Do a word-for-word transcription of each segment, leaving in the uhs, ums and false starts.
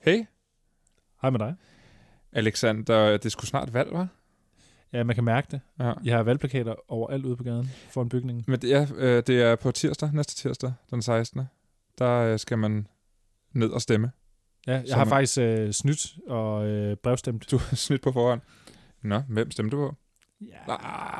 Hey. Hej med dig. Alexander, det skulle snart valg, hva'? Ja, man kan mærke det. Ja. Jeg har valgplakater overalt ude på gaden foran bygningen. Men det er, øh, det er på tirsdag, næste tirsdag, den sekstende Der øh, skal man ned og stemme. Ja, jeg Så har man- faktisk øh, snydt og øh, brevstemt. Du har snydt på forhånd. Nå, hvem stemte du på? Ja.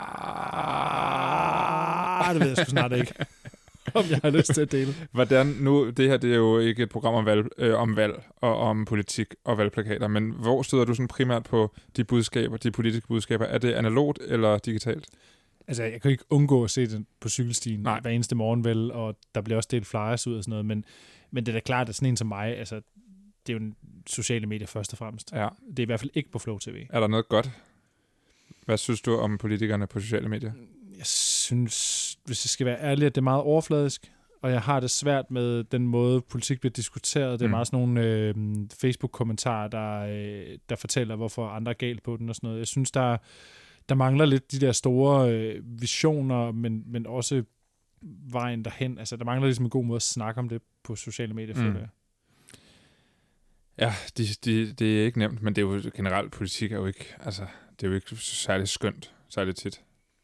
Ah, det ved jeg sgu snart ikke, om jeg har lyst til at dele. Hvordan nu, det her det er jo ikke et program om valg, øh, om valg og om politik og valgplakater, men hvor støder du sådan primært på de budskaber, de politiske budskaber? Er det analogt eller digitalt? Altså, jeg kan ikke undgå at se den på cykelstien Nej. hver eneste morgen, vel, og der bliver også delt flyers ud og sådan noget, men, men det er da klart, at sådan en som mig, altså, det er jo en sociale medier først og fremmest. Ja. Det er i hvert fald ikke på Flow T V. Er der noget godt? Hvad synes du om politikerne på sociale medier? Jeg synes, hvis jeg skal være ærlig, at det er meget overfladisk, og jeg har det svært med den måde, politik bliver diskuteret. Det er Mm. meget sådan nogle øh, Facebook-kommentarer, der, øh, der fortæller, hvorfor andre er galt på den og sådan noget. Jeg synes, der, der mangler lidt de der store øh, visioner, men, men også vejen derhen. Altså, der mangler ligesom en god måde at snakke om det på sociale medier, Mm. føler jeg. Ja, de, de, det er ikke nemt, men det er jo generelt, politik er jo ikke, altså, det er jo ikke særlig skønt, særlig tit.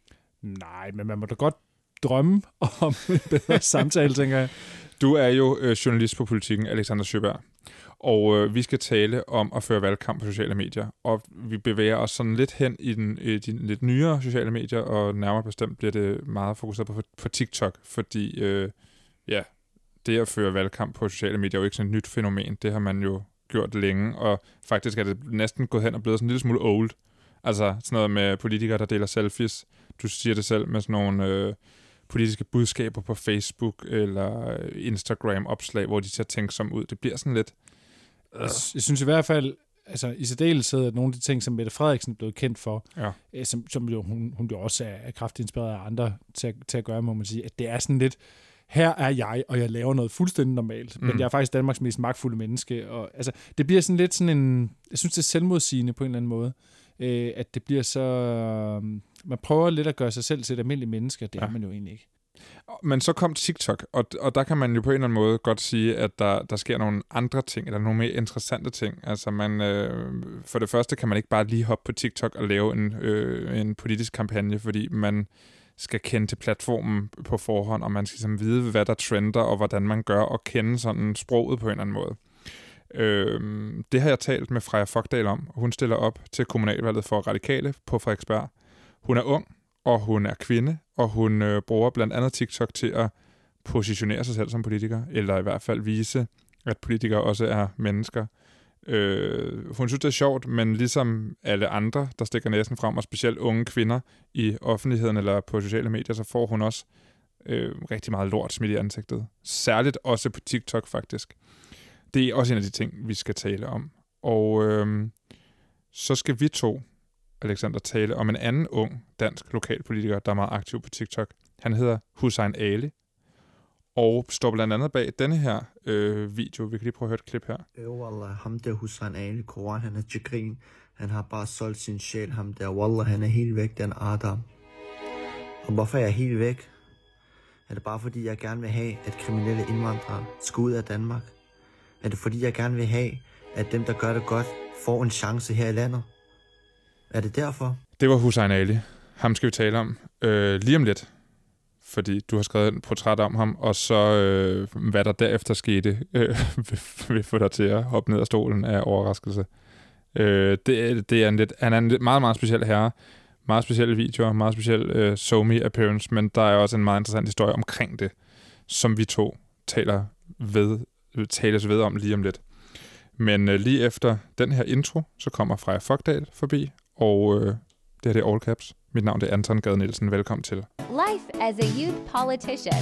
Nej, men man må da godt drømme om en bedre samtale, tænker jeg. Du er jo øh, journalist på Politikken, Alexander Søberg, og øh, vi skal tale om at føre valgkamp på sociale medier, og vi bevæger os sådan lidt hen i, den, i de lidt nyere sociale medier, og nærmere bestemt bliver det meget fokuseret på, på TikTok, fordi øh, ja, det at føre valgkamp på sociale medier er jo ikke sådan et nyt fænomen, det har man jo gjort længe, og faktisk er det næsten gået hen og blevet sådan en lille smule old. Altså sådan noget med politikere, der deler selfies. Du siger det selv med sådan nogle øh, politiske budskaber på Facebook eller Instagram-opslag, hvor de ser tænksomme ud. Det bliver sådan lidt... Øh. Jeg, jeg synes i hvert fald, altså i særdeleshed, at nogle af de ting, som Mette Frederiksen er blevet kendt for, Ja. øh, som, som jo, hun, hun jo også er, er kraftigt inspireret af andre til, at- til at gøre, må man sige, at det er sådan lidt, her er jeg, og jeg laver noget fuldstændig normalt, mm. Mm. men jeg er faktisk Danmarks mest magtfulde menneske, og altså, det bliver sådan lidt sådan en, jeg synes, det er selvmodsigende på en eller anden måde, øh, at det bliver så, øh, man prøver lidt at gøre sig selv til et almindeligt menneske, og det Ja. er man jo egentlig ikke. Men så kom TikTok, og, og der kan man jo på en eller anden måde godt sige, at der, der sker nogle andre ting, eller nogle mere interessante ting. Altså man, øh, for det første kan man ikke bare lige hoppe på TikTok og lave en, øh, en politisk kampagne, fordi man skal kende til platformen på forhånd, og man skal ligesom vide, hvad der trender, og hvordan man gør, og kende sådan sproget på en eller anden måde. Øh, det har jeg talt med Freja Fogdal om. Hun stiller op til kommunalvalget for Radikale på Frederiksberg. Hun er ung, og hun er kvinde, og hun øh, bruger blandt andet TikTok til at positionere sig selv som politiker, eller i hvert fald vise, at politikere også er mennesker. Øh, hun synes, det er sjovt, men ligesom alle andre, der stikker næsen frem, og specielt unge kvinder i offentligheden eller på sociale medier, så får hun også øh, rigtig meget lort smidt i ansigtet. Særligt også på TikTok, faktisk. Det er også en af de ting, vi skal tale om. Og øh, så skal vi to, Alexander, tale om en anden ung dansk lokalpolitiker, der er meget aktiv på TikTok. Han hedder Hussein Ali, og står blandt andet bag denne her øh, video. Vi kan lige prøve at høre et klip her. Øh, wallah, ham der Hussein Ali, Koran, han er til grin. Han har bare solgt sin sjæl, ham der. Wallah, han er helt væk, den Adam. Og hvorfor er jeg helt væk? Er det bare fordi, jeg gerne vil have, at kriminelle indvandrere skal ud af Danmark? Er det fordi, jeg gerne vil have, at dem, der gør det godt, får en chance her i landet? Er det derfor? Det var Hussein Ali. Ham skal vi tale om øh, lige om lidt, fordi du har skrevet et portræt om ham, og så øh, hvad der derefter skete, øh, vil, vil få dig til at hoppe ned af stolen af overraskelse. Øh, det, det er en lidt, han er en lidt meget, meget speciel herre. Meget specielle videoer, meget speciel øh, SoMe appearance, men der er også en meget interessant historie omkring det, som vi to taler ved, tales ved om lige om lidt. Men øh, lige efter den her intro, så kommer Freja Fogdal forbi, og øh, det her det er All Caps. Mit navn det er Anton Gade Nielsen. Velkommen til. Life as a youth politician.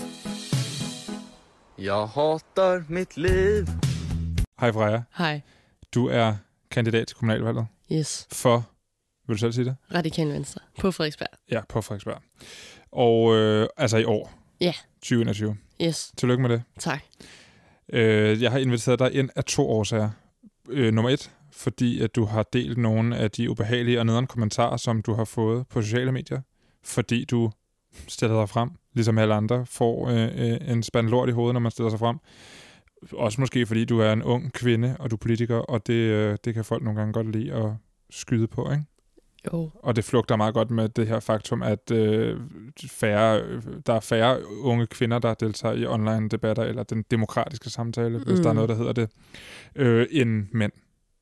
Jeg hatar mit liv. Hej Freja. Hej. Du er kandidat til kommunalvalget Yes. for, vil du selv sige det? Radikale Venstre på Frederiksberg. Ja, på Frederiksberg. Og øh, altså i år. Ja. tyve enogtyve. Yes. Tillykke med det. Tak. Øh, jeg har inviteret dig ind af to årsager. Øh, nummer et, fordi at du har delt nogle af de ubehagelige og nederen kommentarer, som du har fået på sociale medier. Fordi du stiller dig frem, ligesom alle andre får øh, en spand lort i hovedet, når man stiller sig frem. Også måske, fordi du er en ung kvinde, og du er politiker, og det, øh, det kan folk nogle gange godt lide at skyde på, ikke? Jo. Og det flugter meget godt med det her faktum, at øh, færre, der er færre unge kvinder, der deltager i online debatter, eller den demokratiske samtale, mm. hvis der er noget, der hedder det, øh, end mænd.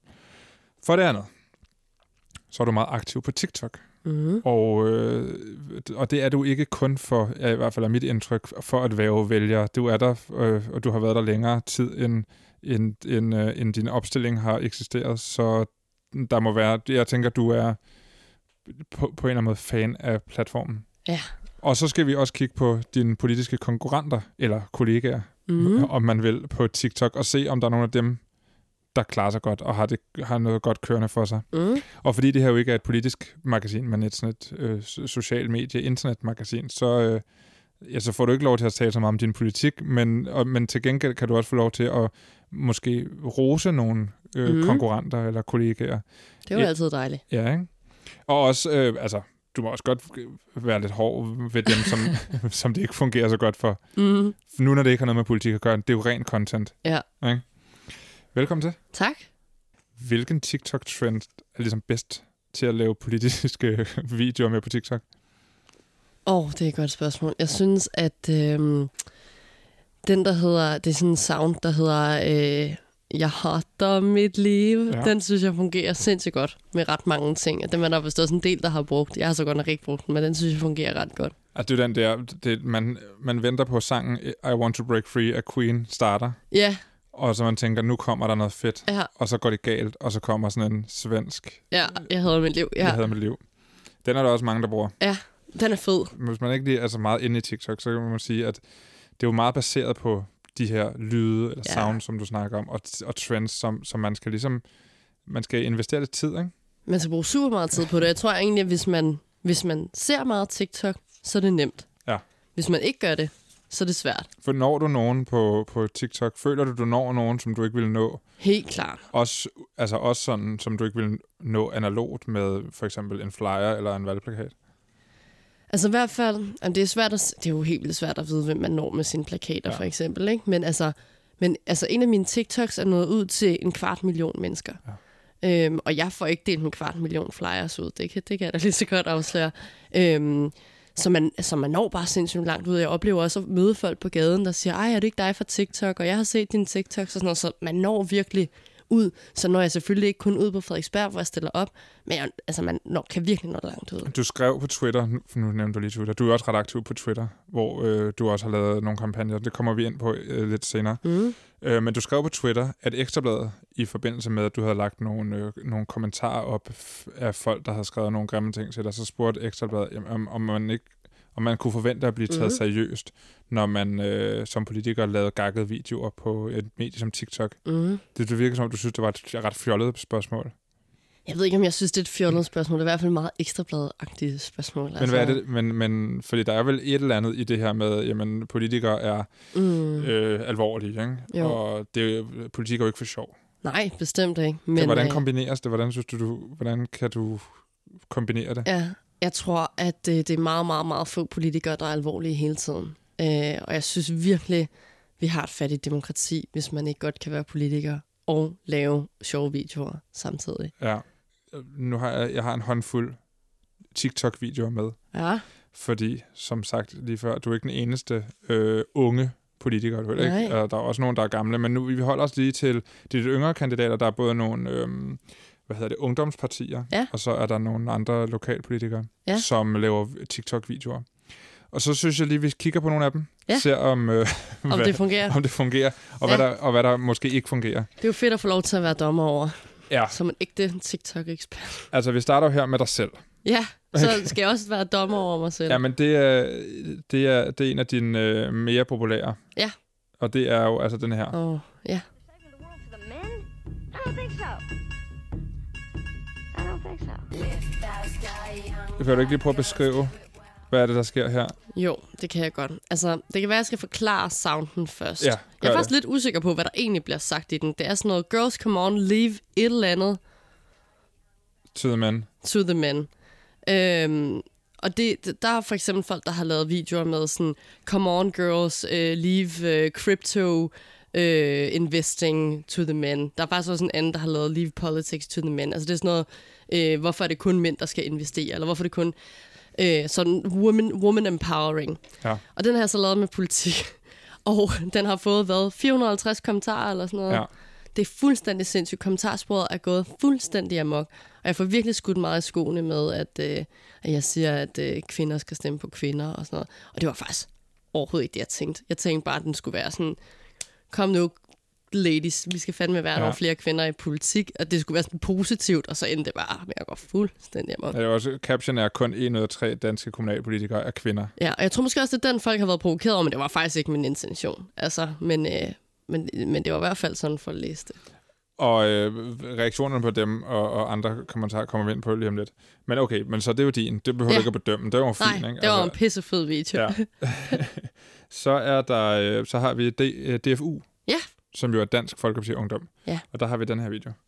For det andet, så er du meget aktiv på TikTok. Mm. Og, øh, og det er du ikke kun for, ja, i hvert fald er mit indtryk, for at være vælger. Du er der, øh, og du har været der længere tid, end, end, end, øh, end din opstilling har eksisteret. Så der må være, jeg tænker, du er på, på en eller anden måde fan af platformen. Ja. Og så skal vi også kigge på dine politiske konkurrenter, eller kollegaer, mm. om man vil, på TikTok, og se, om der er nogle af dem, der klarer sig godt, og har, det, har noget godt kørende for sig. Mm. Og fordi det her jo ikke er et politisk magasin, men et sådan et øh, social medie, internetmagasin, så, øh, ja, så får du ikke lov til at tale så meget om din politik, men, og, men til gengæld kan du også få lov til at måske rose nogle øh, mm. konkurrenter eller kollegaer. Det er jo ja, altid dejligt. Ja, ikke? Og også, øh, altså, du må også godt være lidt hård ved dem, som, som det ikke fungerer så godt for. Mm. Nu når det ikke har noget med politik at gøre, det er jo ren content. Ja. Ikke? Velkommen til. Tak. Hvilken TikTok-trend er ligesom bedst til at lave politiske videoer med på TikTok? Åh, oh, det er et godt spørgsmål. Jeg synes, at øhm, den, der hedder, det er sådan en sound, der hedder øh, Jeg hater mit liv. Ja. Den synes jeg fungerer sindssygt godt med ret mange ting. Og den er der vist også en del, der har brugt. Jeg har så godt nok ikke brugt den, men den synes jeg fungerer ret godt. Altså det er den der, det, man, man venter på sangen I Want to Break Free af Queen starter. Ja. Og så man tænker, nu kommer der noget fedt. Ja. Og så går det galt, og så kommer sådan en svensk... Ja, jeg hader mit liv. Ja. Jeg hader mit liv. Den er der også mange, der bruger. Ja, den er fed. Hvis man ikke lige er så meget inde i TikTok, så kan man sige, at det er jo meget baseret på de her lyde eller ja. sound, som du snakker om, og, og trends, som, som man skal ligesom... Man skal investere lidt tid, ikke? Man skal bruge super meget tid på det. Jeg tror egentlig, at hvis man, hvis man ser meget TikTok, så er det nemt. Ja. Hvis man ikke gør det, så er det svært. For når du nogen på, på TikTok, føler du, du når nogen, som du ikke vil nå? Helt klart. Også, altså også sådan, som du ikke vil nå analogt med for eksempel en flyer eller en valgplakat? Altså i hvert fald, jamen det er svært at, det er jo helt vildt svært at vide, hvem man når med sine plakater, ja. For eksempel, ikke? Men altså, men altså en af mine TikToks er nået ud til en kvart million mennesker. Ja. Øhm, og jeg får ikke delt en kvart million flyers ud. Det kan, det kan jeg da lige så godt afsløre. Øhm, Så man, altså man når bare sindssygt langt ud. Jeg oplever også at møde folk på gaden, der siger, ej, er det ikke dig fra TikTok? Og jeg har set dine TikToks og sådan noget, så man når virkelig ud. Så når jeg selvfølgelig ikke kun ud på Frederiksberg, hvor jeg stiller op, men jeg, altså man når, kan virkelig nå langt ud. Du skrev på Twitter, for nu nævnte du lige Twitter, du er også ret aktiv på Twitter, hvor øh, du også har lavet nogle kampagner. Det kommer vi ind på øh, lidt senere. Mm. Øh, men du skrev på Twitter, at Ekstrabladet i forbindelse med, at du havde lagt nogle, øh, nogle kommentarer op af folk, der havde skrevet nogle grimme ting til dig, så spurgte Ekstrabladet, jamen, om, om man ikke og man kunne forvente at blive taget mm. seriøst, når man øh, som politiker lavede gakkede videoer på et medie som TikTok. Mm. Det, det virker som om, du synes, det var et ret fjollet spørgsmål. Jeg ved ikke, om jeg synes, det er et fjollet spørgsmål. Det er i hvert fald et meget ekstrabladet-agtigt spørgsmål. Men altså. Hvad er det? Men, men, fordi der er vel et eller andet i det her med, jamen, politikere er mm. øh, alvorlige, ikke? Jo. Og det, politik er jo ikke for sjov. Nej, bestemt ikke. Men, så hvordan kombineres det? Hvordan synes du, du, hvordan kan du kombinere det? Ja. Jeg tror, at det er meget, meget, meget få politikere, der er alvorlige hele tiden. Øh, og jeg synes virkelig, vi har et fattigt demokrati, hvis man ikke godt kan være politiker og lave sjove videoer samtidig. Ja, nu har jeg, jeg har en håndfuld TikTok-videoer med. Ja. Fordi, som sagt lige før, du er ikke den eneste øh, unge politiker, du ved ikke? Der er også nogen, der er gamle, men nu vi holder os lige til de lidt yngre kandidater. Der er både nogle... Øh, hvad hedder det, ungdomspartier, ja. Og så er der nogle andre lokalpolitikere, ja. Som laver TikTok-videoer. Og så synes jeg lige, vi kigger på nogle af dem, ja. Ser om, øh, om, hvad, det fungerer. om det fungerer, og, ja. hvad der, og hvad der måske ikke fungerer. Det er jo fedt at få lov til at være dommer over, ja. Som en ægte TikTok-ekspert. Altså, vi starter jo her med dig selv. Ja, så skal jeg også være dommer over mig selv. Ja, men det er, det er, det er en af dine øh, mere populære. Ja. Og det er jo altså den her. Åh, oh, ja. Vil du ikke lige prøve at beskrive, hvad er det, der sker her? Jo, det kan jeg godt. Altså, det kan være, at jeg skal forklare sounden først. Ja, jeg er faktisk det. lidt usikker på, hvad der egentlig bliver sagt i den. Det er sådan noget, girls, come on, leave et eller andet. To the men. To the men. Øhm, og det, der er for eksempel folk, der har lavet videoer med sådan, come on girls, uh, leave uh, crypto, øh, investing to the men. Der er faktisk også en anden, der har lavet leave politics to the men. Altså det er sådan noget, øh, hvorfor er det kun mænd, der skal investere, eller hvorfor er det kun øh, sådan woman, woman empowering. Ja. Og den har jeg så lavet med politik. Og den har fået, hvad, fire hundrede og halvtreds kommentarer eller sådan noget. Ja. Det er fuldstændig sindssygt. Kommentarsporet er gået fuldstændig amok. Og jeg får virkelig skudt meget i skoene med, at, øh, at jeg siger, at øh, kvinder skal stemme på kvinder og sådan noget. Og det var faktisk overhovedet ikke det, jeg tænkte. Jeg tænkte bare, at den skulle være sådan, kom nu, ladies, vi skal fandme være ja. nogle flere kvinder i politik, og det skulle være sådan positivt, og så endte det bare med at gå fuldstændig amok. Ja, det er også, caption er kun en ud af tre danske kommunalpolitikere er kvinder. Ja, og jeg tror måske også, at den folk har været provokeret over, men det var faktisk ikke min intention. Altså, men, øh, men, men det var i hvert fald sådan for at læse det. Og øh, reaktionerne på dem og, og andre kommentarer kommer vi ind på lige om lidt. Men okay, men så det er jo din. Det behøver ja. ikke at bedømme. Det var fint, Nej, ikke? det var altså, en pissefed video. Ja. så er der, så har vi D, D F U. Ja. Som jo er Dansk Folkeparti Ungdom. Ja. Og der har vi den her video.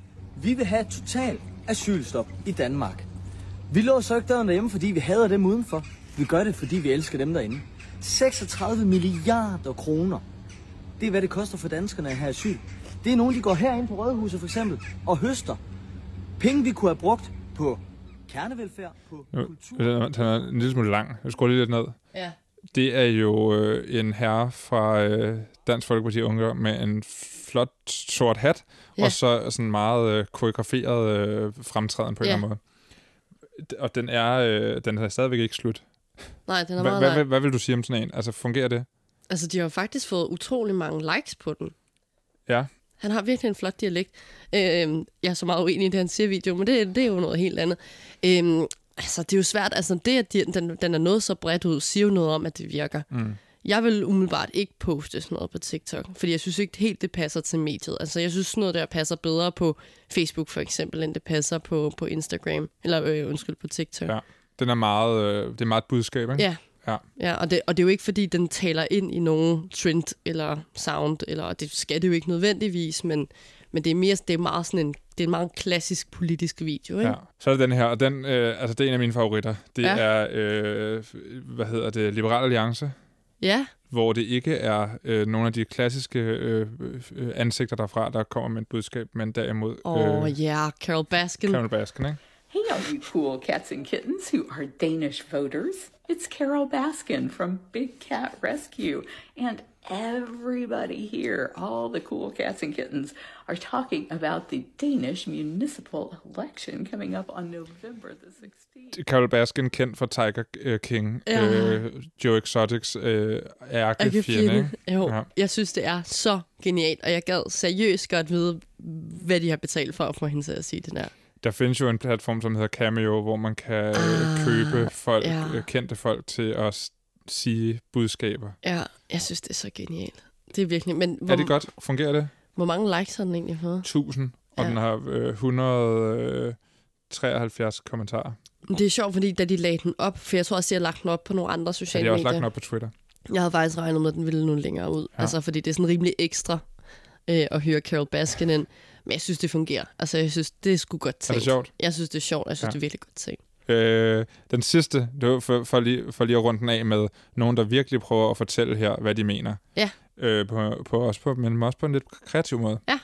Vi vil have total asylstop i Danmark. Vi låser ikke døren derhjemme, fordi vi hader dem udenfor. Vi gør det, fordi vi elsker dem derinde. seksogtredive milliarder kroner. Det er, hvad det koster for danskerne at have asyl. Det er nogen, de går herind på Rådhuset for eksempel og høster. Penge, vi kunne have brugt på kernevelfærd, på kultur. Den er en lille smule lang. Jeg skruer lige lidt ned. Ja. Det er jo øh, en herre fra øh, Dansk Folkeparti Ungdom med en flot sort hat, ja. og så sådan meget øh, koreograferet øh, fremtræden på en ja. eller anden måde. Og den er, øh, den er stadigvæk ikke slut. Nej, den er Hva, meget hvad, lang. hvad, hvad vil du sige om sådan en? Altså, fungerer det? Altså, de har faktisk fået utrolig mange likes på den. Ja. Han har virkelig en flot dialekt. Øh, jeg er så meget uenig i det, han siger i video, men det, det er jo noget helt andet. Øh, altså, det er jo svært. Altså, det, at de, den, den er nået så bredt ud, siger jo noget om, at det virker. Mm. Jeg vil umiddelbart ikke poste sådan noget på TikTok, fordi jeg synes ikke helt, det passer til mediet. Altså, jeg synes sådan noget der passer bedre på Facebook for eksempel, end det passer på, på Instagram, eller øh, undskyld, på TikTok. Ja, den er meget, øh, det er meget et budskab, ikke? Ja. Ja, ja og, det, og det er jo ikke, fordi den taler ind i nogen trend eller sound, eller det skal det jo ikke nødvendigvis, men, men det er mere, det er meget sådan en, det er en meget klassisk politisk video, ikke? Ja. Så er det den her, og den, øh, altså det er en af mine favoritter. Det ja. er, øh, hvad hedder det, Liberal Alliance. Ja. Hvor det ikke er øh, nogle af de klassiske øh, øh, ansigter derfra, der kommer med et budskab, men derimod... Åh, øh, oh, ja, yeah. Carol Baskin. Carol Baskin, ikke? Hey, all you cool cats and kittens who are Danish voters. It's Carol Baskin from Big Cat Rescue. And everybody here, all the cool cats and kittens, are talking about the Danish municipal election coming up on November the sixteenth. Carol Baskin, kendt fra Tiger King, ja. øh, Joe Exotics øh, ærkefjende, ikke? Jo, ja. Jeg synes, det er så genialt, og jeg gad seriøst godt vide, hvad de har betalt for at få hende til at sige det der. Der findes jo en platform, som hedder Cameo, hvor man kan ah, købe folk, ja. kendte folk til at sige budskaber. Ja, jeg synes, det er så genialt. Det er virkelig... Men hvor, er det godt? Fungerer det? Hvor mange likes har den egentlig fået? tusind, og ja. den har øh, et hundrede og treoghalvfjerds kommentarer. Det er sjovt, fordi da de lagde den op, for jeg tror også, de har lagt den op på nogle andre sociale medier. Ja, de har også lagt den op på Twitter. Jeg havde faktisk regnet med, at den ville nu længere ud. Ja. Altså, fordi det er sådan rimelig ekstra øh, at høre Carol Baskin ind. Men jeg synes, det fungerer. Altså, jeg synes, det er sgu godt tænkt. Er det sjovt? Jeg synes, det er sjovt. Jeg synes, ja. det er virkelig godt tænkt. Øh, den sidste, det var for, for, lige, for lige at runde den af med nogen, der virkelig prøver at fortælle her, hvad de mener. Ja. Øh, på, på os på, men også på en lidt kreativ måde. Ja.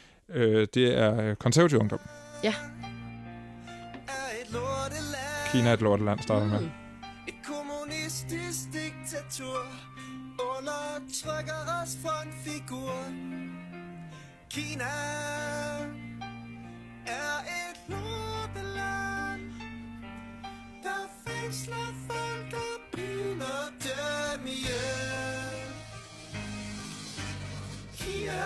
Øh, det er konservativ ungdom. Ja. Kina er et lorteland, starter mm. med. Et kommunistisk diktatur undertrykker os for en figur. Kina er et lorteland, der fængsler folk og piner dem ihjel. Kina.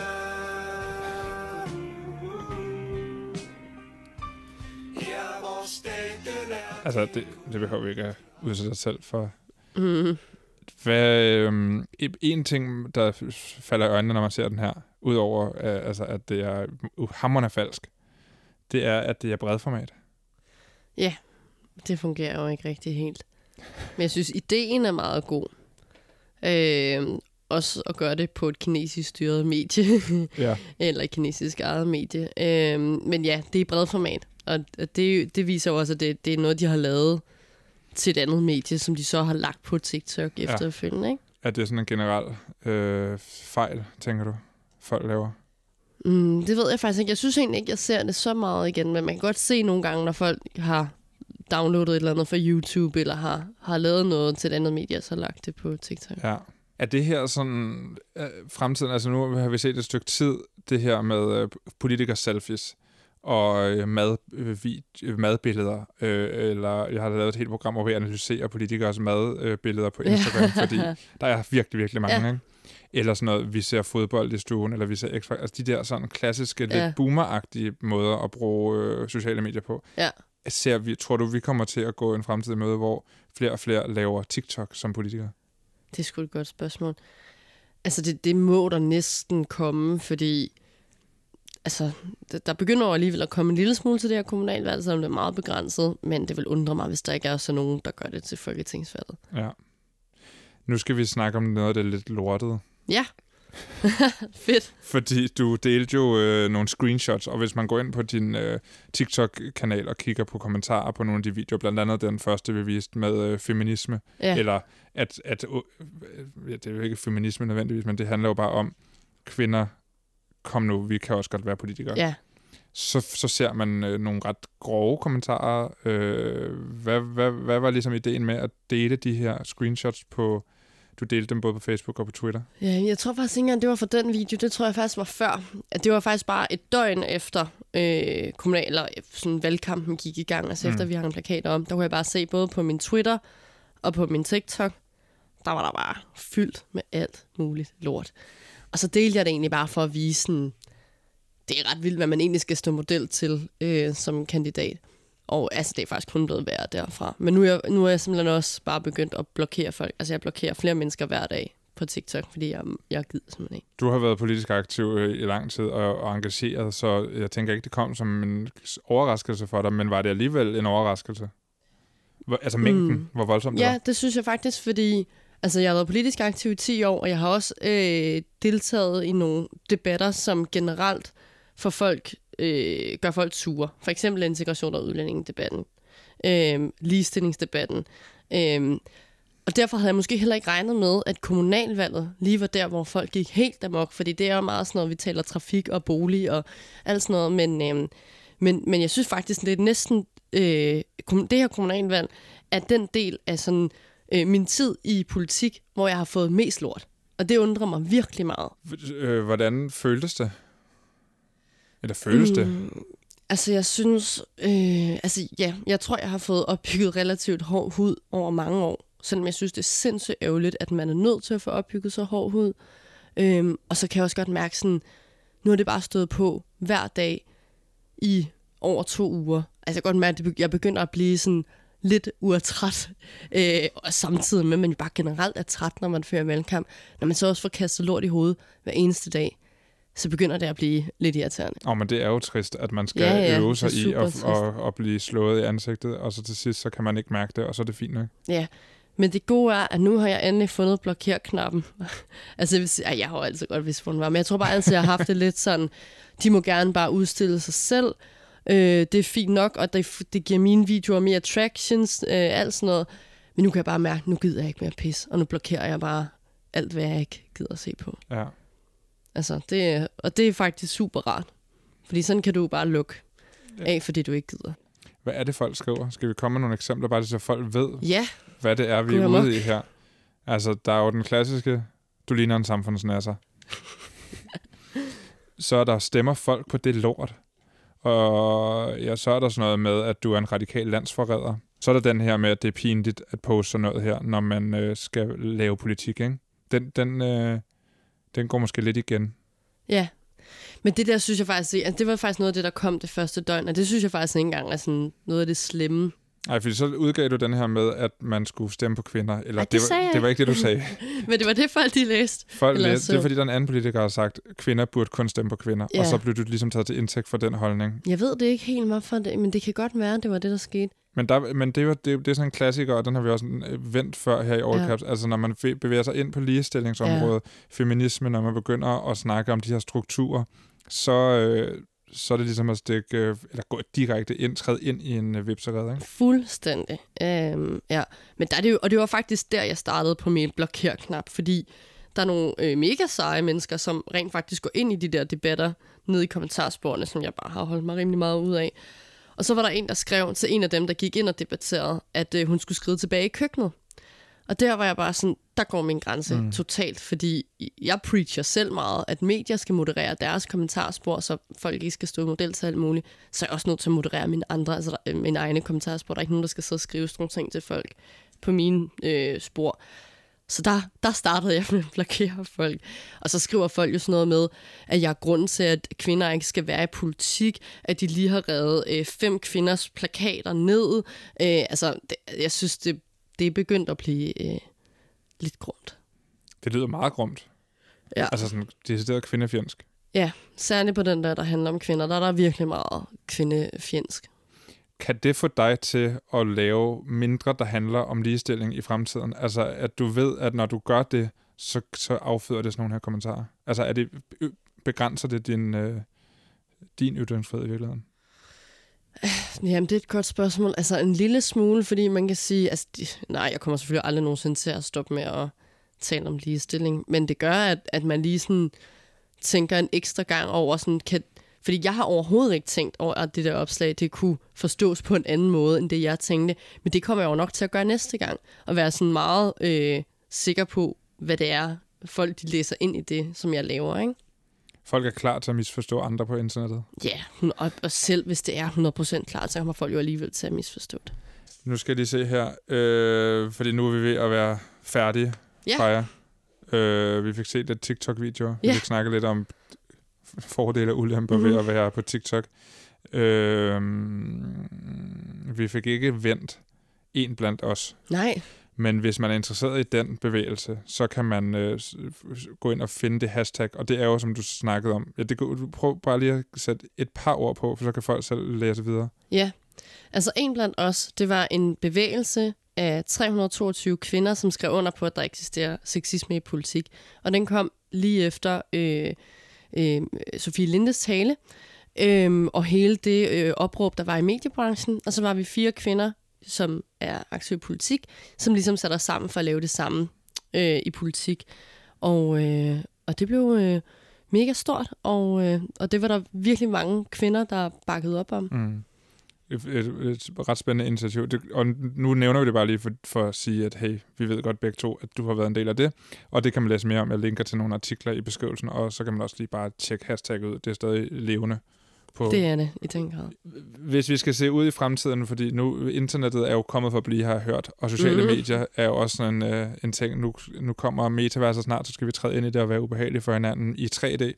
Altså, det, det behøver vi ikke at udsætte os selv for. Mm. Hvad, øhm, en ting, der falder i øjnene, når man ser den her, udover øh, altså, at det er hamrende falsk, det er, at det er bredformat. Ja, det fungerer jo ikke rigtig helt. Men jeg synes, ideen er meget god. Øh, også at gøre det på et kinesisk styret medie. Ja. Eller et kinesisk eget medie. Øh, men ja, det er bredformat. Og det, det viser jo også, at det, det er noget, de har lavet til et andet medie, som de så har lagt på TikTok efterfølgende, ikke? Er det sådan en generel øh, fejl, tænker du, folk laver? Mm, det ved jeg faktisk ikke. Jeg synes egentlig ikke, jeg ser det så meget igen, men man kan godt se nogle gange, når folk har downloadet et eller andet fra YouTube, eller har, har lavet noget til et andet medie, så har lagt det på TikTok. Ja. Er det her sådan øh, fremtiden, altså nu har vi set et stykke tid, det her med øh, politikers-selfies og øh, mad, øh, vid, øh, madbilleder, øh, eller jeg har lavet et helt program, hvor jeg analyserer politikers madbilleder øh, på Instagram, fordi der er virkelig, virkelig mange, ja. Ikke? Eller sådan noget, vi ser fodbold i stuen, eller vi ser X-Factor, altså de der sådan klassiske, ja. lidt boomeragtige måder at bruge øh, sociale medier på. Ja. Ser vi, tror du, vi kommer til at gå en fremtidig møde, hvor flere og flere laver TikTok som politikere? Det er sgu et godt spørgsmål. Altså, det, det må der næsten komme, fordi altså, der begynder jo alligevel at komme en lille smule til det her kommunalvalg, selvom det er meget begrænset, men det vil undre mig, hvis der ikke er så nogen, der gør det til folketingsvalget. Ja. Nu skal vi snakke om noget af det lidt lortede. Ja. Fedt. Fordi du delte jo øh, nogle screenshots, og hvis man går ind på din øh, TikTok-kanal og kigger på kommentarer på nogle af de videoer, blandt andet den første, vi viste med øh, feminisme, ja. eller at, at øh, det er jo ikke feminisme nødvendigvis, men det handler jo bare om, kvinder, kom nu, vi kan også godt være politikere. Ja. Så, så ser man øh, nogle ret grove kommentarer. Øh, hvad, hvad, hvad var ligesom ideen med at dele de her screenshots på... Du delte dem både på Facebook og på Twitter. Ja, jeg tror faktisk ikke engang, det var for den video. Det tror jeg faktisk var før. At det var faktisk bare et døgn efter øh, kommunal, eller sådan valgkampen gik i gang. Altså mm. efter vi hang plakater om. Der kunne jeg bare se både på min Twitter og på min TikTok. Der var der bare fyldt med alt muligt lort. Og så delte jeg det egentlig bare for at vise sådan, det er ret vildt, hvad man egentlig skal stå model til øh, som kandidat. Og altså, det er faktisk kun blevet værre derfra. Men nu er, jeg, nu er jeg simpelthen også bare begyndt at blokere folk. Altså, jeg blokerer flere mennesker hver dag på TikTok, fordi jeg, jeg gider simpelthen ikke. Du har været politisk aktiv i lang tid og, og engageret, så jeg tænker ikke, det kom som en overraskelse for dig, men var det alligevel en overraskelse? Hvor, altså mængden, mm. hvor voldsomt det ja, var? Ja, det synes jeg faktisk, fordi altså, jeg har været politisk aktiv i ti år, og jeg har også øh, deltaget i nogle debatter, som generelt for folk... Øh, gør folk sure. For eksempel integration og udlændingedebatten. Øh, ligestillingsdebatten. Øh, og derfor havde jeg måske heller ikke regnet med, at kommunalvalget lige var der, hvor folk gik helt amok. Fordi det er jo meget sådan noget, vi taler trafik og bolig og alt sådan noget. Men, øh, men, men jeg synes faktisk, det er næsten øh, det her kommunalvalg, er den del af sådan, øh, min tid i politik, hvor jeg har fået mest lort. Og det undrer mig virkelig meget. Hvordan føltes det? Eller føles det? Mm, altså, jeg synes... Øh, altså, ja, jeg tror, jeg har fået opbygget relativt hård hud over mange år. Selvom jeg synes, det er sindssygt ærgerligt, at man er nødt til at få opbygget så hård hud. Øhm, og så kan jeg også godt mærke sådan... Nu har det bare stået på hver dag i over to uger. Altså, jeg kan godt mærke, at jeg begynder at blive sådan lidt urtræt. Øh, og samtidig med, at man bare generelt er træt, når man fører valgkamp. Når man så også får kastet lort i hovedet hver eneste dag, så begynder det at blive lidt irriterende. Åh, oh, men det er jo trist, at man skal ja, ja, øve sig i at, at, at blive slået i ansigtet, og så til sidst, så kan man ikke mærke det, og så er det fint nok. Ja, men det gode er, at nu har jeg endelig fundet blokér-knappen. altså, jeg, vil sige, jeg har jo altid godt vidst, hvor den var, men jeg tror bare altid, jeg har haft det lidt sådan, de må gerne bare udstille sig selv. Øh, det er fint nok, og det, det giver mine videoer mere attractions, øh, alt sådan noget. Men nu kan jeg bare mærke, nu gider jeg ikke mere pis, og nu blokerer jeg bare alt, hvad jeg ikke gider at se på. Ja. Altså, det, og det er faktisk super rart. Fordi sådan kan du bare lukke af, fordi du ikke gider. Hvad er det, folk skriver? Skal vi komme med nogle eksempler, bare så folk ved, ja. hvad det er, vi er ude i her? Altså, der er jo den klassiske, du ligner en samfundsnasser. Så er der stemmer folk på det lort. Og ja, så er der sådan noget med, at du er en radikal landsforræder. Så er der den her med, at det er pinligt at poste sådan noget her, når man øh, skal lave politik, ikke? Den, den, øh, den går måske lidt igen. Ja, men det der synes jeg faktisk, altså det var faktisk noget af det, der kom det første døgn, og det synes jeg faktisk ikke engang er sådan noget af det slemme. Nej, fordi så udgav du den her med, at man skulle stemme på kvinder. Eller Ej, det, det, var, det var ikke det, du sagde. Men det var det, folk de læste. Folk læste. Det er fordi, der er en anden politiker, der har sagt, at kvinder burde kun stemme på kvinder. Ja. Og så blev du ligesom taget til indtægt for den holdning. Jeg ved det ikke helt, hvorfor det, men det kan godt være, det var det, der skete. Men, der, men det, var, det, det er sådan en klassiker, og den har vi også vendt før her i All Caps. Ja. Altså når man bevæger sig ind på ligestillingsområdet, ja. Feminisme, når man begynder at snakke om de her strukturer, så, øh, så er det ligesom at stikke, eller gå direkte ind, træde ind i en vipserede, ikke? Fuldstændig. Øhm, ja. Men der er det jo, og det var faktisk der, jeg startede på min blokér-knap, fordi der er nogle øh, mega seje mennesker, som rent faktisk går ind i de der debatter nede i kommentarsporene, som jeg bare har holdt mig rimelig meget ud af. Og så var der en, der skrev til en af dem, der gik ind og debatterede, at øh, hun skulle skride tilbage i køkkenet. Og der var jeg bare sådan, der går min grænse mm. totalt, fordi jeg preacher selv meget, at medier skal moderere deres kommentarspor, så folk ikke skal stå model til alt muligt. Så er jeg også nødt til at moderere mine andre, altså mine egne kommentarspor. Der er ikke nogen, der skal sidde og skrive sådan nogle ting til folk på mine øh, spor. Så der, der startede jeg med at blokere folk. Og så skriver folk jo sådan noget med, at jeg er grunden til, at kvinder ikke skal være i politik, at de lige har revet øh, fem kvinders plakater ned. Øh, altså, det, jeg synes, det, det er begyndt at blive øh, lidt grumt. Det lyder meget grumt. Ja. Altså sådan decideret kvindefjendsk. Ja, særligt på den der, der handler om kvinder. Der er der virkelig meget kvindefjendsk. Kan det få dig til at lave mindre, der handler om ligestilling i fremtiden? Altså, at du ved, at når du gør det, så, så afføder det sådan nogle her kommentarer? Altså, er det, begrænser det din, øh, din ytringsfrihed i virkeligheden? Jamen, det er et godt spørgsmål. Altså, en lille smule, fordi man kan sige... Altså, de, nej, jeg kommer selvfølgelig aldrig nogensinde til at stoppe med at tale om ligestilling, men det gør, at, at man lige sådan tænker en ekstra gang over sådan... Kan, fordi jeg har overhovedet ikke tænkt over, at det der opslag, det kunne forstås på en anden måde, end det jeg tænkte. Men det kommer jeg jo nok til at gøre næste gang. Og være sådan meget øh, sikker på, hvad det er, folk de læser ind i det, som jeg laver, ikke? Folk er klar til at misforstå andre på internettet? Ja, og, og selv hvis det er hundrede procent klar, så kommer folk jo alligevel til at misforstå det. Nu skal jeg lige se her, øh, fordi nu er vi ved at være færdige, ja. Freja. Øh, vi fik set lidt TikTok-videoer. Ja. Vi fik snakket lidt om fordele og ulemper mm-hmm. ved at være på TikTok. Øh, vi fik ikke vendt en blandt os. Nej. Men hvis man er interesseret i den bevægelse, så kan man øh, gå ind og finde det hashtag, og det er jo, som du snakkede om. Ja, det går, prøv bare lige at sætte et par ord på, for så kan folk selv læse videre. Ja, altså en blandt os, det var en bevægelse af tre hundrede og toogtyve kvinder, som skrev under på, at der eksisterer sexisme i politik. Og den kom lige efter øh, øh, Sofie Lindes tale, øh, og hele det øh, opråb, der var i mediebranchen. Og så var vi fire kvinder, som er aktive i politik, som ligesom satte os sammen for at lave det samme øh, i politik. Og, øh, og det blev øh, mega stort, og, øh, og det var der virkelig mange kvinder, der bakkede op om. Mm. Et, et, et ret spændende initiativ. Det, og nu nævner vi det bare lige for, for at sige, at hey, vi ved godt begge to, at du har været en del af det, og det kan man læse mere om. Jeg linker til nogle artikler i beskrivelsen, og så kan man også lige bare tjekke hashtagget ud. Det er stadig levende. På. Det er det, i den grad. Hvis vi skal se ud i fremtiden, fordi nu internettet er jo kommet for at blive, har jeg hørt, og sociale mm-hmm. medier er jo også sådan en, øh, en ting. Nu, nu kommer metaverset snart, så skal vi træde ind i det og være ubehagelige for hinanden i tre D.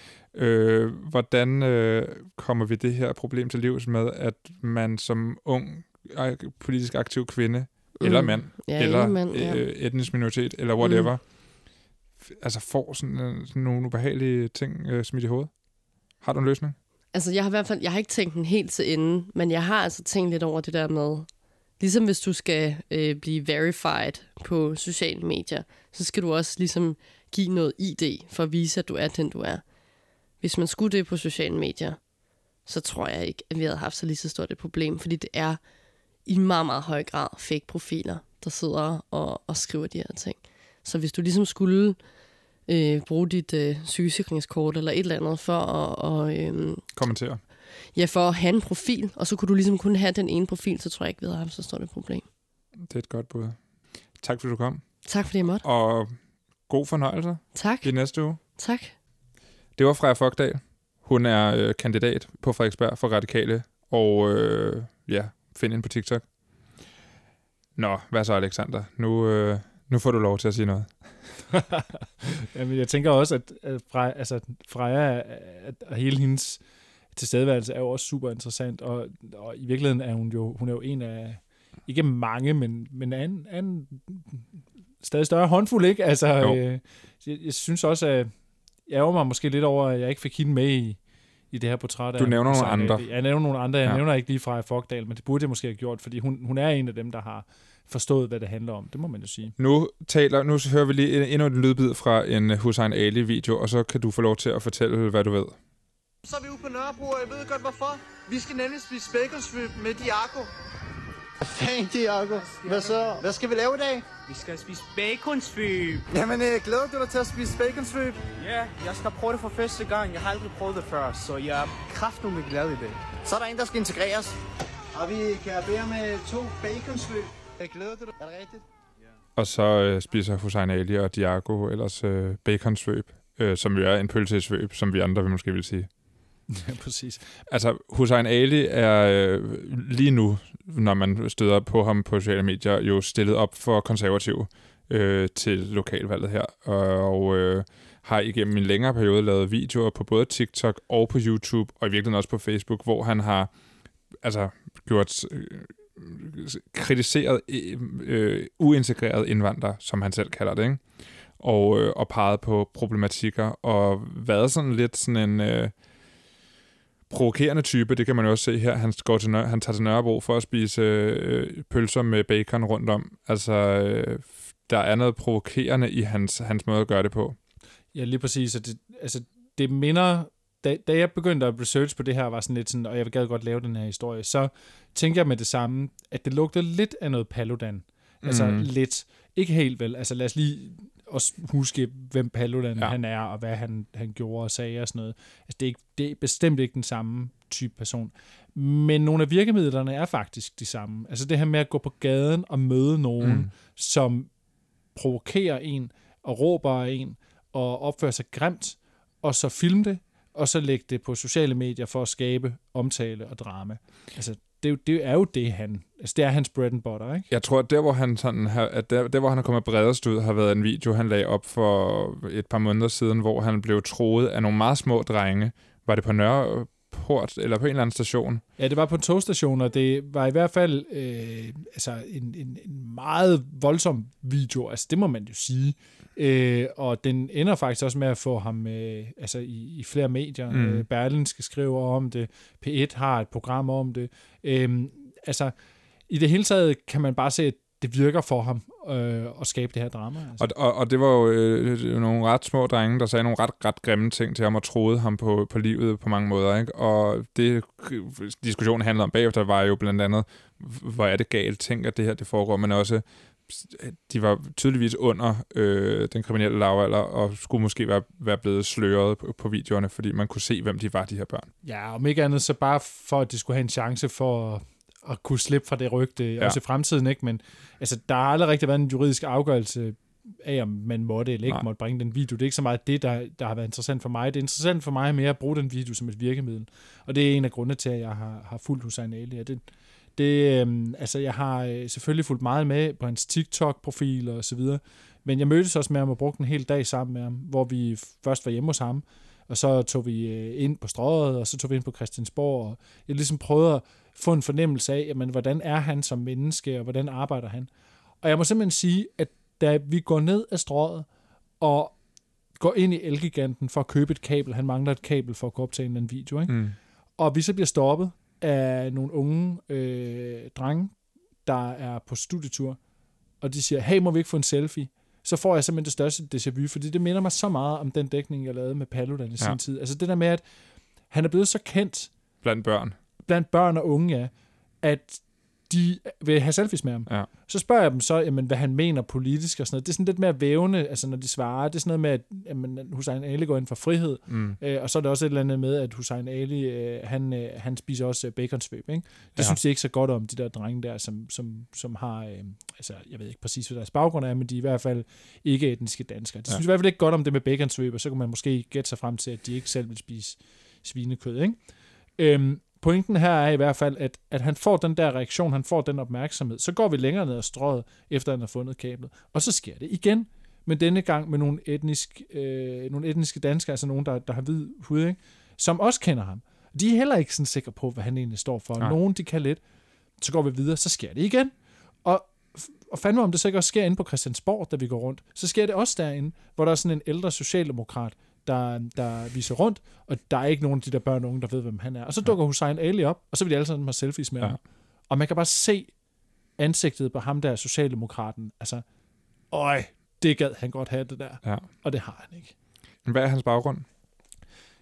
Øh, hvordan øh, kommer vi det her problem til livs med, at man som ung, politisk aktiv kvinde, mm. eller mand, ja, eller mand, ja. øh, etnisk minoritet, eller whatever, mm. altså får sådan, sådan nogle ubehagelige ting øh, smidt i hovedet? Har du en løsning? Altså, jeg har i hvert fald, jeg har ikke tænkt den helt til ende, men jeg har altså tænkt lidt over det der med, ligesom hvis du skal øh, blive verified på sociale medier, så skal du også ligesom give noget I D for at vise, at du er den, du er. Hvis man skulle det på sociale medier, så tror jeg ikke, at vi havde haft så lige så stort et problem, fordi det er i meget, meget høj grad fake profiler, der sidder og, og skriver de her ting. Så hvis du ligesom skulle Øh, bruge dit øh, sygesikringskort eller et eller andet for at... Og, øh, kommentere. Ja, for at have en profil, og så kunne du ligesom kun have den ene profil, så tror jeg ikke, vi havde haft så stort et problem. Det er et godt bud. Tak fordi du kom. Tak fordi jeg måtte. Og god fornøjelse. Tak. I næste uge. Tak. Det var Freja Fogdal. Hun er øh, kandidat på Frederiksberg for Radikale, og øh, ja, find ind på TikTok. Nå, hvad så, Alexander? Nu, øh, nu får du lov til at sige noget. Jamen, jeg tænker også, at, at Freja, altså, Freja og hele hendes tilstedeværelse er jo også super interessant, og, og i virkeligheden er hun jo, hun er jo en af, ikke mange, men, men er en, er en stadig større håndfuld, ikke? Altså, øh, jeg, jeg synes også, at jeg ærger mig måske lidt over, at jeg ikke fik hende med i, i det her portræt. Du nævner nogle andre. Jeg nævner nogle andre. Jeg ja. nævner ikke lige Freja Fogdal, men det burde jeg måske have gjort, fordi hun, hun er en af dem, der har forstået, hvad det handler om. Det må man jo sige. Nu, taler, nu hører vi lige endnu en lydbid fra en Hussein Ali-video, og så kan du få lov til at fortælle, hvad du ved. Så er vi ude på Nørrebro, og jeg ved godt hvorfor. Vi skal nemlig spise baconsvøb med Diago. Hvad fanden, Diago? Hvad så? Hvad skal vi lave i dag? Vi skal spise baconsvøb. Jamen, øh, glæder du dig til at spise baconsvøb? Ja, jeg skal prøve det for første gang. Jeg har aldrig prøvet det før, så jeg er kraftedeme glad i det. Så er der en, der skal integreres. Og vi kan bære med to baconsvøb. Jeg glæder dig. Er det rigtigt? Og så øh, spiser Hussein Ali og Diago ellers øh, baconsvøb, øh, som jo er en pølsesvøb, som vi andre vil måske vil sige. Ja, præcis. Altså, Hussein Ali er øh, lige nu, når man støder på ham på sociale medier, jo stillet op for konservative øh, til lokalvalget her, og, og øh, har igennem en længere periode lavet videoer på både TikTok og på YouTube, og i virkeligheden også på Facebook, hvor han har altså gjort øh, kritiseret øh, uintegrerede indvandrere, som han selv kalder det, ikke? Og, øh, og peget på problematikker, og været sådan lidt sådan en øh, provokerende type, det kan man jo også se her. Han, går til Nør- han tager til Nørrebro for at spise øh, pølser med bacon rundt om. Altså, øh, der er noget provokerende i hans, hans måde at gøre det på. Ja, lige præcis. Det, altså, det minder... Da, da jeg begyndte at research på det her, var sådan lidt sådan, og jeg vil gerne godt lave den her historie, så tænker jeg med det samme, at det lugter lidt af noget Paludan. Altså mm. lidt. Ikke helt vel. Altså lad os lige også huske, hvem Paludan ja. han er, og hvad han, han gjorde og sagde og sådan noget. Altså det er, ikke, det er bestemt ikke den samme type person. Men nogle af virkemidlerne er faktisk de samme. Altså det her med at gå på gaden og møde nogen, mm. som provokerer en, og råber af en, og opfører sig grimt, og så filme det, og så lægge det på sociale medier for at skabe omtale og drama. Altså, det er jo det, er jo det han... Altså, det er hans bread and butter, ikke? Jeg tror, at der, hvor han, sådan, at der, der, hvor han er kommet bredest ud, har været en video, han lagde op for et par måneder siden, hvor han blev troet af nogle meget små drenge. Var det på Nørreport, eller på en eller anden station? Ja, det var på en togstation, og det var i hvert fald øh, altså en, en, en meget voldsom video. Altså, det må man jo sige. Øh, og den ender faktisk også med at få ham øh, altså i, i flere medier. Mm. Øh, Berlingske skriver om det, P et har et program om det. Øh, altså, i det hele taget kan man bare se, at det virker for ham øh, at skabe det her drama. Altså. Og, og, og det var jo øh, nogle ret små drenge, der sagde nogle ret, ret grimme ting til ham og troede ham på, på livet på mange måder, ikke? Og det, diskussionen handlede om bagefter, var jo blandt andet, hvor er det galt ting, at det her det foregår, men også de var tydeligvis under øh, den kriminelle lavalder, og skulle måske være, være blevet sløret på, på videoerne, fordi man kunne se, hvem de var, de her børn. Ja, om ikke andet, så bare for, at de skulle have en chance for at, at kunne slippe fra det rygte, ja. Også i fremtiden, ikke? Men altså, der har aldrig rigtig været en juridisk afgørelse af, om man måtte eller ikke Nej. måtte bringe den video. Det er ikke så meget det, der, der har været interessant for mig. Det er interessant for mig mere at bruge den video som et virkemiddel, og det er en af grundene til, at jeg har, har fulgt Hussein Ali. Ja, det Det, øh, altså jeg har øh, selvfølgelig fulgt meget med på hans TikTok-profil og så videre, men jeg mødtes også med ham og brugte en hel dag sammen med ham, hvor vi først var hjemme hos ham, og så tog vi øh, ind på Strøget, og så tog vi ind på Christiansborg, og jeg ligesom prøvede at få en fornemmelse af, jamen, hvordan er han som menneske, og hvordan arbejder han. Og jeg må simpelthen sige, at da vi går ned ad Strøget, og går ind i Elgiganten for at købe et kabel, han mangler et kabel for at gå op til en eller anden video, ikke? Mm. Og vi så bliver stoppet af nogle unge øh, drenge, der er på studietur, og de siger, hey, må vi ikke få en selfie? Så får jeg simpelthen det største déjà vu, fordi det minder mig så meget om den dækning, jeg lavede med Paludan i ja. sin tid. Altså det der med, at han er blevet så kendt blandt børn. Blandt børn og unge, ja, at de vil have selfies med ham. Ja. Så spørger jeg dem så, jamen, hvad han mener politisk og sådan noget. Det er sådan lidt mere vævende, altså når de svarer. Det er sådan noget med, at jamen, Hussein Ali går ind for frihed. Mm. Øh, og så er der også et eller andet med, at Hussein Ali, øh, han, øh, han spiser også øh, baconsvøb. Ikke? Det ja. synes de ikke så godt om, de der drenge der, som, som, som har, øh, altså jeg ved ikke præcis, hvad deres baggrund er, men de er i hvert fald ikke etniske danskere. De ja. synes i hvert fald ikke godt om det med baconsvøb, og så kan man måske gætte sig frem til, at de ikke selv vil spise svinekød. Ikke? Øhm, Pointen her er i hvert fald, at, at han får den der reaktion, han får den opmærksomhed. Så går vi længere ned ad Strøget, efter han har fundet kablet. Og så sker det igen, men denne gang med nogle, etnisk, øh, nogle etniske danskere, altså nogen, der, der har hvid hud, ikke? Som også kender ham. De er heller ikke sådan sikre på, hvad han egentlig står for. Nej. Nogen, de kan lidt. Så går vi videre, så sker det igen. Og, og fandme om det så ikke også sker inde på Christiansborg, da vi går rundt, så sker det også derinde, hvor der er sådan en ældre socialdemokrat, Der, der viser rundt, og der er ikke nogen af de der børn og unge, der ved, hvem han er. Og så dukker ja. Hussein Ali op, og så vil de alle sammen have selfies med ja. ham. Og man kan bare se ansigtet på ham der, socialdemokraten. Altså, øj, det gad han godt have det der. Ja. Og det har han ikke. Hvad er hans baggrund?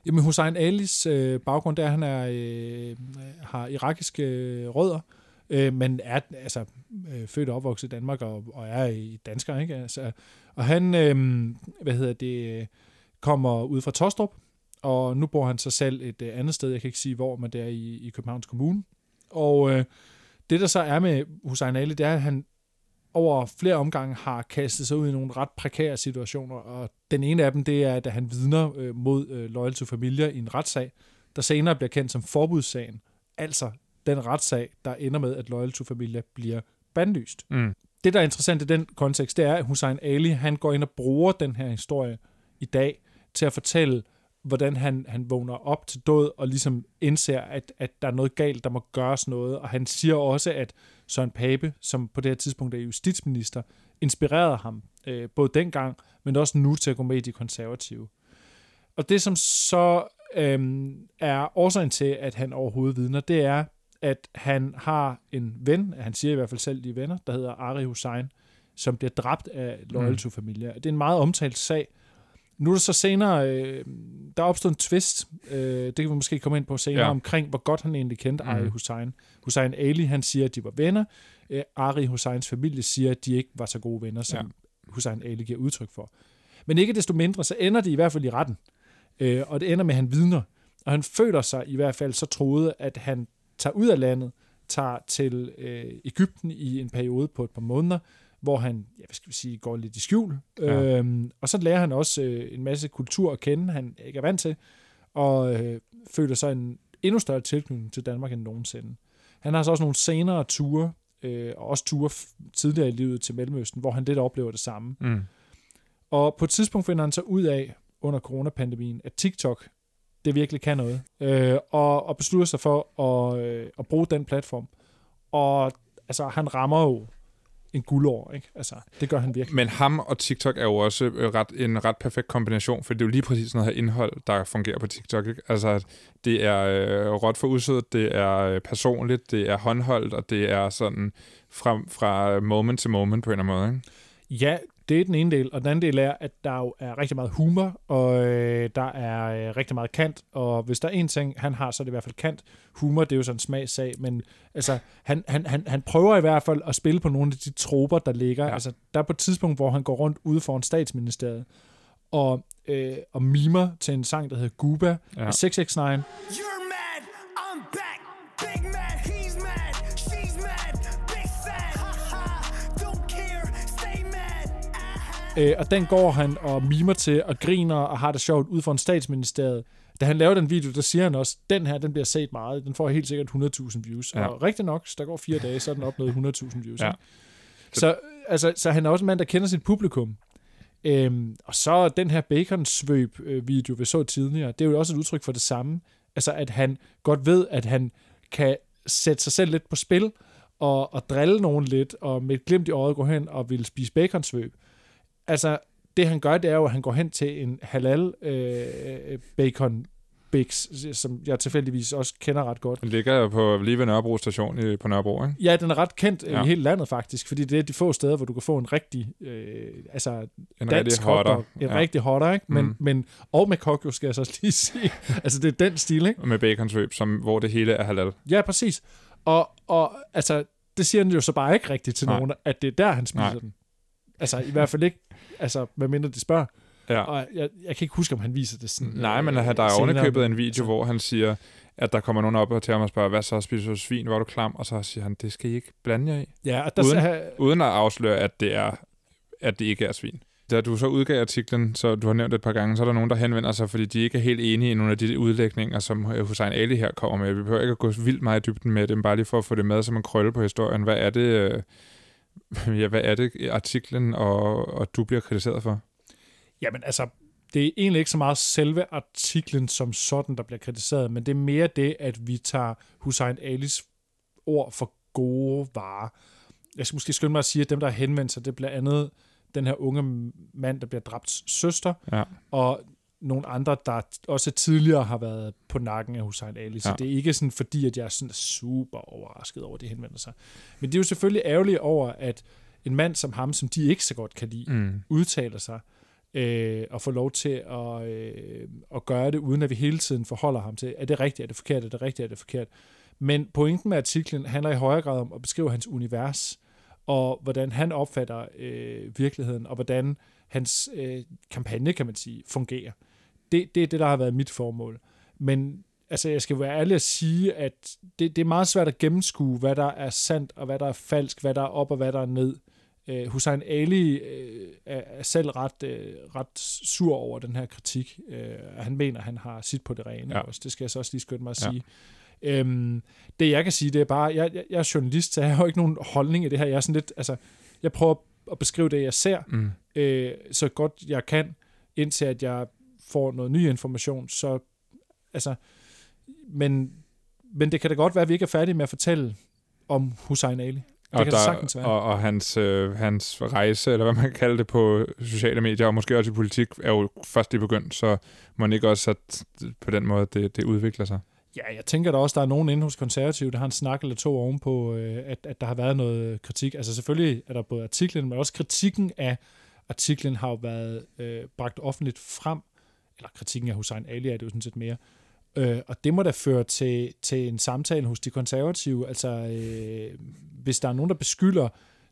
Jamen, Hussein Alis øh, baggrund, der han er, øh, har irakiske øh, rødder, øh, men er altså, øh, født og opvokset i Danmark og, og er i dansker, ikke? Altså, og han, øh, hvad hedder det, kommer ud fra Tostrup, og nu bor han sig selv et øh, andet sted, jeg kan ikke sige hvor, men det er i, i Københavns Kommune. Og øh, det, der så er med Hussein Ali, det er, at han over flere omgange har kastet sig ud i nogle ret prekære situationer, og den ene af dem, det er, at han vidner øh, mod øh, Loyal to Familia i en retssag, der senere bliver kendt som forbudssagen. Altså den retssag, der ender med, at Loyal to Familia bliver bandlyst. Mm. Det, der er interessant i den kontekst, det er, at Hussein Ali, han går ind og bruger den her historie i dag til at fortælle, hvordan han, han vågner op til død og ligesom indser, at, at der er noget galt, der må gøres noget. Og han siger også, at Søren Pape, som på det her tidspunkt er justitsminister, inspirerede ham øh, både dengang, men også nu til at gå med i de konservative. Og det, som så øh, er årsagen til, at han overhovedet vidner, det er, at han har en ven, han siger i hvert fald selv de venner, der hedder Ari Hussein, som bliver dræbt af Loyal to Familia. Det er en meget omtalt sag. Nu er der så senere, øh, der er opstået en twist, øh, det kan vi måske komme ind på senere, ja. omkring hvor godt han egentlig kendte Ari mm. Hussein. Hussein Ali, han siger, at de var venner. Øh, Ari Husseins familie siger, at de ikke var så gode venner, som ja. Hussein Ali giver udtryk for. Men ikke desto mindre, så ender det i hvert fald i retten. Øh, og det ender med, at han vidner. Og han føler sig i hvert fald så troet, at han tager ud af landet, tager til øh, Egypten i en periode på et par måneder, hvor han, ja, hvad skal vi sige, går lidt i skjul. Ja. Øhm, og så lærer han også øh, en masse kultur at kende, han ikke er vant til, og øh, føler sig en endnu større tilknytning til Danmark end nogensinde. Han har så også nogle senere ture, øh, og også ture tidligere i livet til Mellemøsten, hvor han lidt oplever det samme. Mm. Og på et tidspunkt finder han så ud af, under coronapandemien, at TikTok, det virkelig kan noget, øh, og, og beslutter sig for at, øh, at bruge den platform. Og altså, han rammer jo en guldår, ikke? Altså, det gør han virkelig. Men ham og TikTok er jo også ret, en ret perfekt kombination, for det er jo lige præcis sådan noget her indhold, der fungerer på TikTok, ikke? Altså, det er øh, råt for usødet, det er øh, personligt, det er håndholdt, og det er sådan fra, fra moment til moment på en eller anden måde, ikke? Ja, det er den ene del, og den anden del er, at der jo er rigtig meget humor, og øh, der er øh, rigtig meget kant, og hvis der er en ting, han har, så er det i hvert fald kant. Humor, det er jo sådan en smagssag, men altså, han, han, han, han prøver i hvert fald at spille på nogle af de troper, der ligger. Ja. Altså, der er på et tidspunkt, hvor han går rundt ude foran statsministeriet, og, øh, og mimer til en sang, der hedder Guba, ja. af seks seks nine. You're mad, I'm back. Big mad, he's mad, she's mad, big sad. Haha, don't care, stay mad. Øh, og den går han og mimer til og griner og har det sjovt ud for en statsministeriet. Da han laver den video, der siger han også, den her, den bliver set meget. Den får helt sikkert hundrede tusind views. Ja. Og rigtig nok, der går fire dage, så er den opnået hundrede tusind views. Ja. Så, altså, så han er også en mand, der kender sit publikum. Øhm, og så den her bacon-svøb-video, vi så tidligere, det er jo også et udtryk for det samme. Altså, at han godt ved, at han kan sætte sig selv lidt på spil, og, og drille nogen lidt, og med et glimt i øjet gå hen og vil spise bacon-svøb. Altså, det han gør, det er jo, at han går hen til en halal øh, bacon Bix, som jeg tilfældigvis også kender ret godt. Den ligger jo på lige ved Nørrebro station i, på Nørrebro, ikke? Ja, den er ret kendt ja. i hele landet faktisk, fordi det er de få steder, hvor du kan få en rigtig, øh, altså en dansk rigtig hotter. En ja. rigtig hotter, ikke? Men, mm. men, og med kokjo, skal jeg så lige sige. Altså, det er den stil, ikke? Og med baconsvøb, som, hvor det hele er halal. Ja, præcis. Og, og altså, det siger han jo så bare ikke rigtigt til Nej. nogen, at det er der, han spiser Nej. den. Altså, i hvert fald ikke, altså, medmindre de spørger. Ja. Og jeg, jeg kan ikke huske, om han viser det sådan. Nej, men der er ovenikøbet en video, altså, hvor han siger, at der kommer nogen op til ham og spørger, hvad så spiser du svin, var du klam? Og så siger han, det skal I ikke blande jer i. Ja, og der uden, så, uden at afsløre, at det, er, at det ikke er svin. Da du så udgav artiklen, så du har nævnt det et par gange, så er der nogen, der henvender sig, fordi de ikke er helt enige i nogle af de udlægninger, som Hussein Ali her kommer med. Vi behøver ikke at gå vildt meget i dybden med det, bare lige for at få det med som en krølle på historien. Hvad er det, ja, hvad er det artiklen, og, og du bliver kritiseret for? Jamen altså, det er egentlig ikke så meget selve artiklen som sådan, der bliver kritiseret, men det er mere det, at vi tager Hussein Alis ord for gode varer. Jeg skal måske skynde mig at sige, at dem, der har henvendt sig, det er blandt andet den her unge mand, der bliver dræbt søster, ja. og nogle andre, der også tidligere har været på nakken af Hussein Ali. Så ja. det er ikke sådan, fordi at jeg er sådan super overrasket over, at de henvender sig. Men det er jo selvfølgelig ærgerligt over, at en mand som ham, som de ikke så godt kan lide, mm. udtaler sig. øh, og få lov til at, øh, at gøre det, uden at vi hele tiden forholder ham til, er det rigtigt, er det forkert, er det rigtigt, er det forkert. Men pointen med artiklen handler i højere grad om at beskrive hans univers, og hvordan han opfatter øh, virkeligheden, og hvordan hans øh, kampagne, kan man sige, fungerer. Det, det er det, der har været mit formål. Men altså, jeg skal være ærlig at sige, at det, det er meget svært at gennemskue, hvad der er sandt, og hvad der er falsk, hvad der er op, og hvad der er ned. Uh, Hussein Ali uh, er, er selv ret, uh, ret sur over den her kritik. Uh, han mener, han har sit på det rene ja. også. Det skal jeg så også lige skynde mig at ja. sige. Um, det jeg kan sige, det er bare, jeg, jeg, jeg er journalist, så jeg har jo ikke nogen holdning i det her. Jeg er sådan lidt, altså, jeg prøver at beskrive det, jeg ser, mm. uh, så godt jeg kan, indtil at jeg får noget ny information. Så, altså, men, men det kan da godt være, at vi ikke er færdige med at fortælle om Hussein Ali. Det og, der, og, og hans, øh, hans rejse, eller hvad man kan kalde det på sociale medier, og måske også i politik, er jo først lige begyndt, så må man ikke også, at på den måde, det, det udvikler sig. Ja, jeg tænker da også, der er nogen inde hos Konservative, der har en snak eller to ovenpå, øh, at, at der har været noget kritik. Altså selvfølgelig er der både artiklen, men også kritikken af artiklen har jo været øh, bragt offentligt frem, eller kritikken af Hussein Ali er det jo sådan set mere. Øh, og det må da føre til, til en samtale hos de konservative. Altså, øh, hvis der er nogen, der beskylder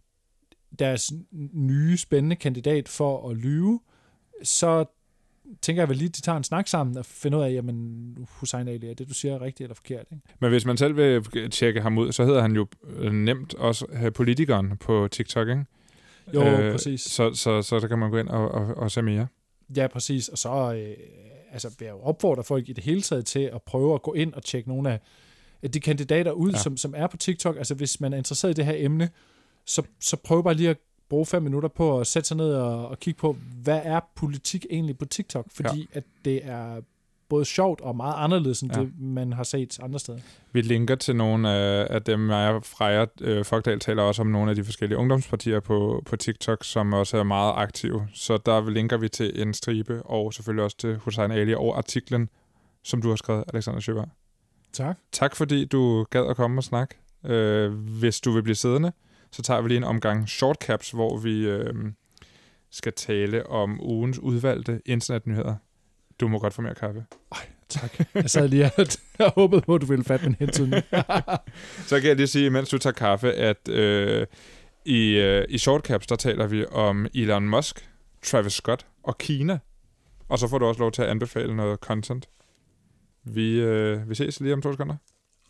deres nye, spændende kandidat for at lyve, så tænker jeg vel lige, at de tager en snak sammen og finder ud af, jamen, Hussein Ali, er det, du siger, rigtigt eller forkert? Ikke? Men hvis man selv vil tjekke ham ud, så hedder han jo nemt også politikeren på TikTok, ikke? Jo, øh, præcis. Så, så, så der kan man gå ind og, og, og se mere. Ja, præcis. Og så øh, altså, vil jeg jo opfordre folk i det hele taget til at prøve at gå ind og tjekke nogle af de kandidater ud, ja. som, som er på TikTok. Altså, hvis man er interesseret i det her emne, så, så prøv bare lige at bruge fem minutter på at sætte sig ned og, og kigge på, hvad er politik egentlig på TikTok? Fordi ja. at det er både sjovt og meget anderledes, end ja. det, man har set andre steder. Vi linker til nogle af, af dem, jeg Freja øh, Fogdal taler også om nogle af de forskellige ungdomspartier på, på TikTok, som også er meget aktive. Så der linker vi til en stribe, og selvfølgelig også til Hussein Ali og artiklen, som du har skrevet, Alexander Sjøberg. Tak. Tak fordi du gad at komme og snakke. Øh, hvis du vil blive siddende, så tager vi lige en omgang shortcaps, hvor vi øh, skal tale om ugens udvalgte internetnyheder. Du må godt få mere kaffe. Ej, tak. Jeg sad lige og jeg håbede på, at du ville fatte min hensyn. Så kan jeg lige sige, mens du tager kaffe, at øh, i, øh, i shortcaps, der taler vi om Elon Musk, Travis Scott og Kina. Og så får du også lov til at anbefale noget content. Vi, øh, vi ses lige om to sekunder.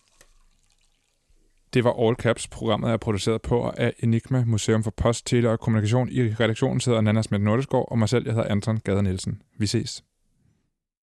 Det var All Caps. Programmet er produceret på af Enigma, Museum for Post, Tele og Kommunikation. I redaktionen sidder Nana Schmidt Nordesgaard, og mig selv, jeg hedder Anton Gade Nielsen. Vi ses.